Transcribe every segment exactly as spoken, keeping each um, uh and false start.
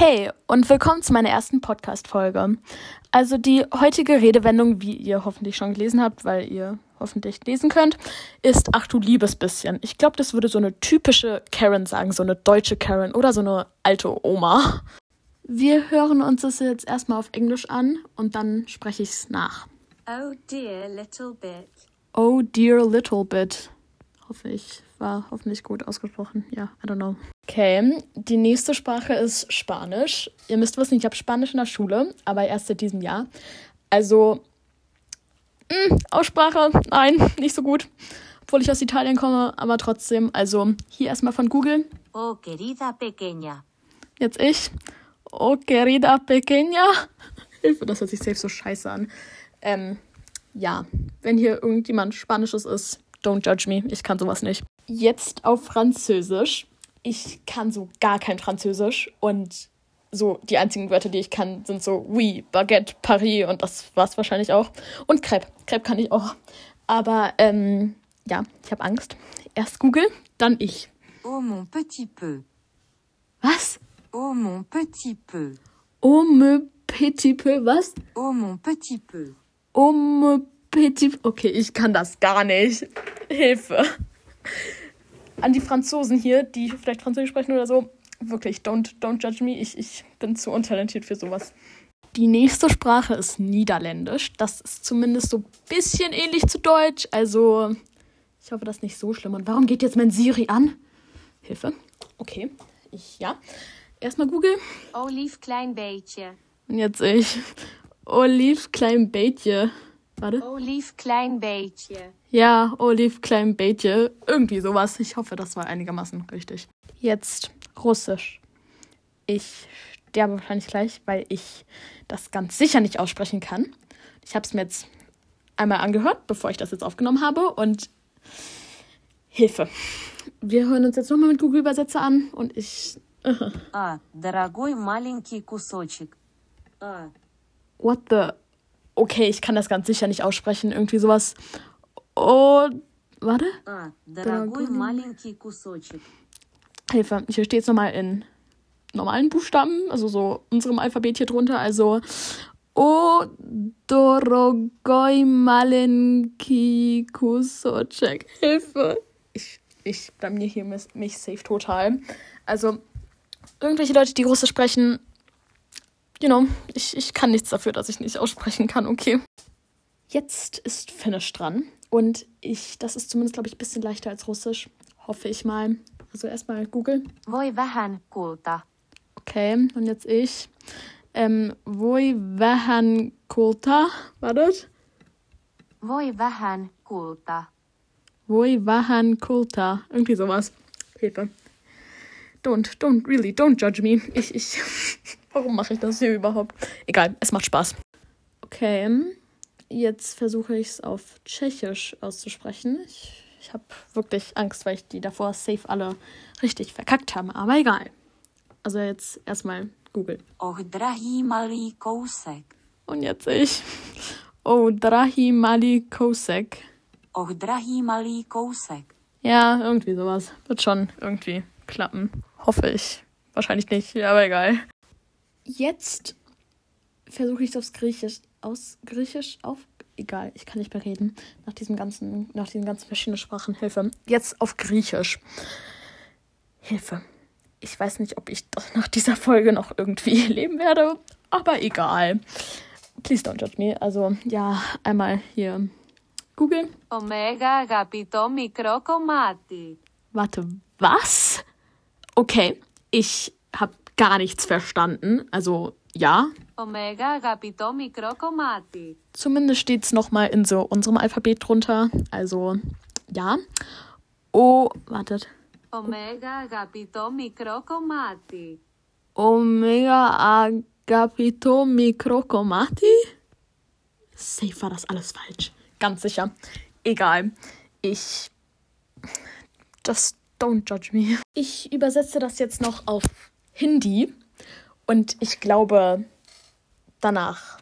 Hey und willkommen zu meiner ersten Podcast-Folge. Also die heutige Redewendung, wie ihr hoffentlich schon gelesen habt, weil ihr hoffentlich lesen könnt, ist ach du liebes bisschen. Ich glaube, das würde so eine typische Karen sagen, so eine deutsche Karen oder so eine alte Oma. Wir hören uns das jetzt erstmal auf Englisch an und dann spreche ich es nach. Oh dear little bit. Oh dear little bit. Hoffe ich, war hoffentlich gut ausgesprochen. Ja, I don't know. Okay, die nächste Sprache ist Spanisch. Ihr müsst wissen, ich habe Spanisch in der Schule, aber erst seit diesem Jahr. Also, mh, Aussprache, nein, nicht so gut. Obwohl ich aus Italien komme, aber trotzdem. Also, hier erstmal von Google. Oh querida pequeña. Jetzt ich. Oh, querida pequeña. Hilfe, das hört sich safe so scheiße an. Ähm, ja, wenn hier irgendjemand Spanisches ist, don't judge me, ich kann sowas nicht. Jetzt auf Französisch. Ich kann so gar kein Französisch und so die einzigen Wörter, die ich kann, sind so oui, Baguette, Paris und das war's wahrscheinlich auch. Und Crepe. Crepe kann ich auch. Aber, ähm, ja, ich habe Angst. Erst Google, dann ich. Oh mon petit peu. Was? Oh mon petit peu. Oh me petit peu, was? Oh mon petit peu. Oh me petit peu. Okay, ich kann das gar nicht. Hilfe. An die Franzosen hier, die vielleicht Französisch sprechen oder so, wirklich, don't, don't judge me, ich, ich bin zu untalentiert für sowas. Die nächste Sprache ist Niederländisch. Das ist zumindest so ein bisschen ähnlich zu Deutsch, also ich hoffe, das ist nicht so schlimm. Und warum geht jetzt mein Siri an? Hilfe. Okay, ich, ja. Erstmal Google. Oh lief klein beetje. Und jetzt ich. Olive klein beetje. Warte. Oh lief klein beetje. Ja, Olive klein beetje. Irgendwie sowas. Ich hoffe, das war einigermaßen richtig. Jetzt Russisch. Ich sterbe wahrscheinlich gleich, weil ich das ganz sicher nicht aussprechen kann. Ich habe es mir jetzt einmal angehört, bevor ich das jetzt aufgenommen habe. Und Hilfe. Wir hören uns jetzt nochmal mit Google Übersetzer an. Und ich... А, дорогой маленький кусочек. А. What the... Okay, ich kann das ganz sicher nicht aussprechen. Irgendwie sowas... Oh, warte. А, дорогой маленький кусочек. Hilfe, hier steht es nochmal in normalen Buchstaben, also so unserem Alphabet hier drunter. Also, O dorogoy malenki kusocek. Hilfe. Ich, ich blamier hier mich, mich safe total. Also, irgendwelche Leute, die Russisch sprechen, you know, ich, ich kann nichts dafür, dass ich nicht aussprechen kann, okay. Jetzt ist Finnisch dran. Und ich, das ist zumindest, glaube ich, ein bisschen leichter als Russisch. Hoffe ich mal. Also erstmal Google. Voi vähän kulta. Okay, und jetzt ich. Ähm, voi vähän kulta. Wartet. Voi vähän kulta. Voi vähän kulta. Irgendwie sowas. Hilfe. Don't, don't, really, don't judge me. Ich, ich, warum mache ich das hier überhaupt? Egal, es macht Spaß. Okay, jetzt versuche ich es auf Tschechisch auszusprechen. Ich, ich habe wirklich Angst, weil ich die davor safe alle richtig verkackt habe. Aber egal. Also jetzt erstmal Google. Oh drahý malý kousek. Und jetzt ich. Oh, drahý malý kousek. Oh drahý malý kousek. Ja, irgendwie sowas. Wird schon irgendwie klappen. Hoffe ich. Wahrscheinlich nicht, aber egal. Jetzt versuche ich es aufs Griechisch. Aus Griechisch auf. Egal, ich kann nicht mehr reden. Nach diesem ganzen, nach diesen ganzen verschiedenen Sprachen. Hilfe. Jetzt auf Griechisch. Hilfe. Ich weiß nicht, ob ich nach dieser Folge noch irgendwie leben werde. Aber egal. Please don't judge me. Also, ja, einmal hier Google. Omega agapito μικρό κομμάτι. Warte, was? Okay, ich habe gar nichts verstanden. Also, ja. Omega agapito μικρό κομμάτι. Zumindest steht es nochmal in so unserem Alphabet drunter. Also, ja. Oh, wartet. Omega agapito μικρό κομμάτι. Omega agapito μικρό κομμάτι? Safe war das alles falsch. Ganz sicher. Egal. Ich... Das... Don't judge me. Ich übersetze das jetzt noch auf Hindi. Und ich glaube, danach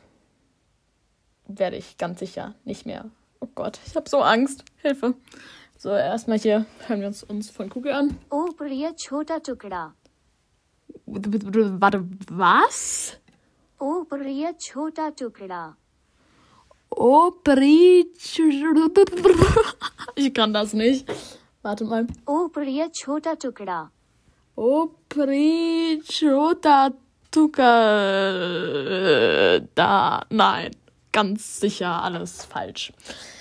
werde ich ganz sicher nicht mehr. Oh Gott, ich habe so Angst. Hilfe. So, erstmal hier hören wir uns, uns von Google an. Oh, priya chota tukda. Warte, was? ओ प्रिय छोटा टुकड़ा Opri. Ich kann das nicht. Warte mal. ओ प्रिय छोटा टुकड़ा Opri Chota Tuka. Da. Nein. Ganz sicher alles falsch.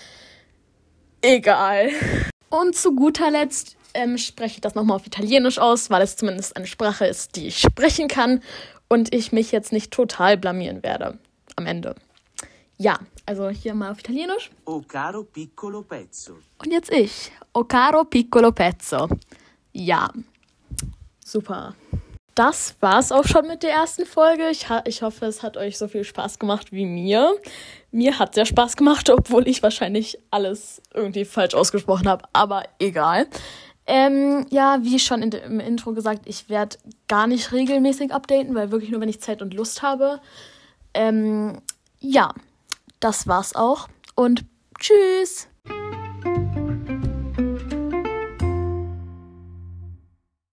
Egal. Und zu guter Letzt ähm, spreche ich das nochmal auf Italienisch aus, weil es zumindest eine Sprache ist, die ich sprechen kann und ich mich jetzt nicht total blamieren werde am Ende. Ja, also hier mal auf Italienisch. O caro piccolo pezzo. Und jetzt ich. O caro piccolo pezzo. Ja, super. Das war's auch schon mit der ersten Folge. Ich, ha- ich hoffe, es hat euch so viel Spaß gemacht wie mir. Mir hat es ja Spaß gemacht, obwohl ich wahrscheinlich alles irgendwie falsch ausgesprochen habe. Aber egal. Ähm, ja, wie schon in de- im Intro gesagt, ich werde gar nicht regelmäßig updaten, weil wirklich nur, wenn ich Zeit und Lust habe. Ähm, ja, das war's auch. Und tschüss!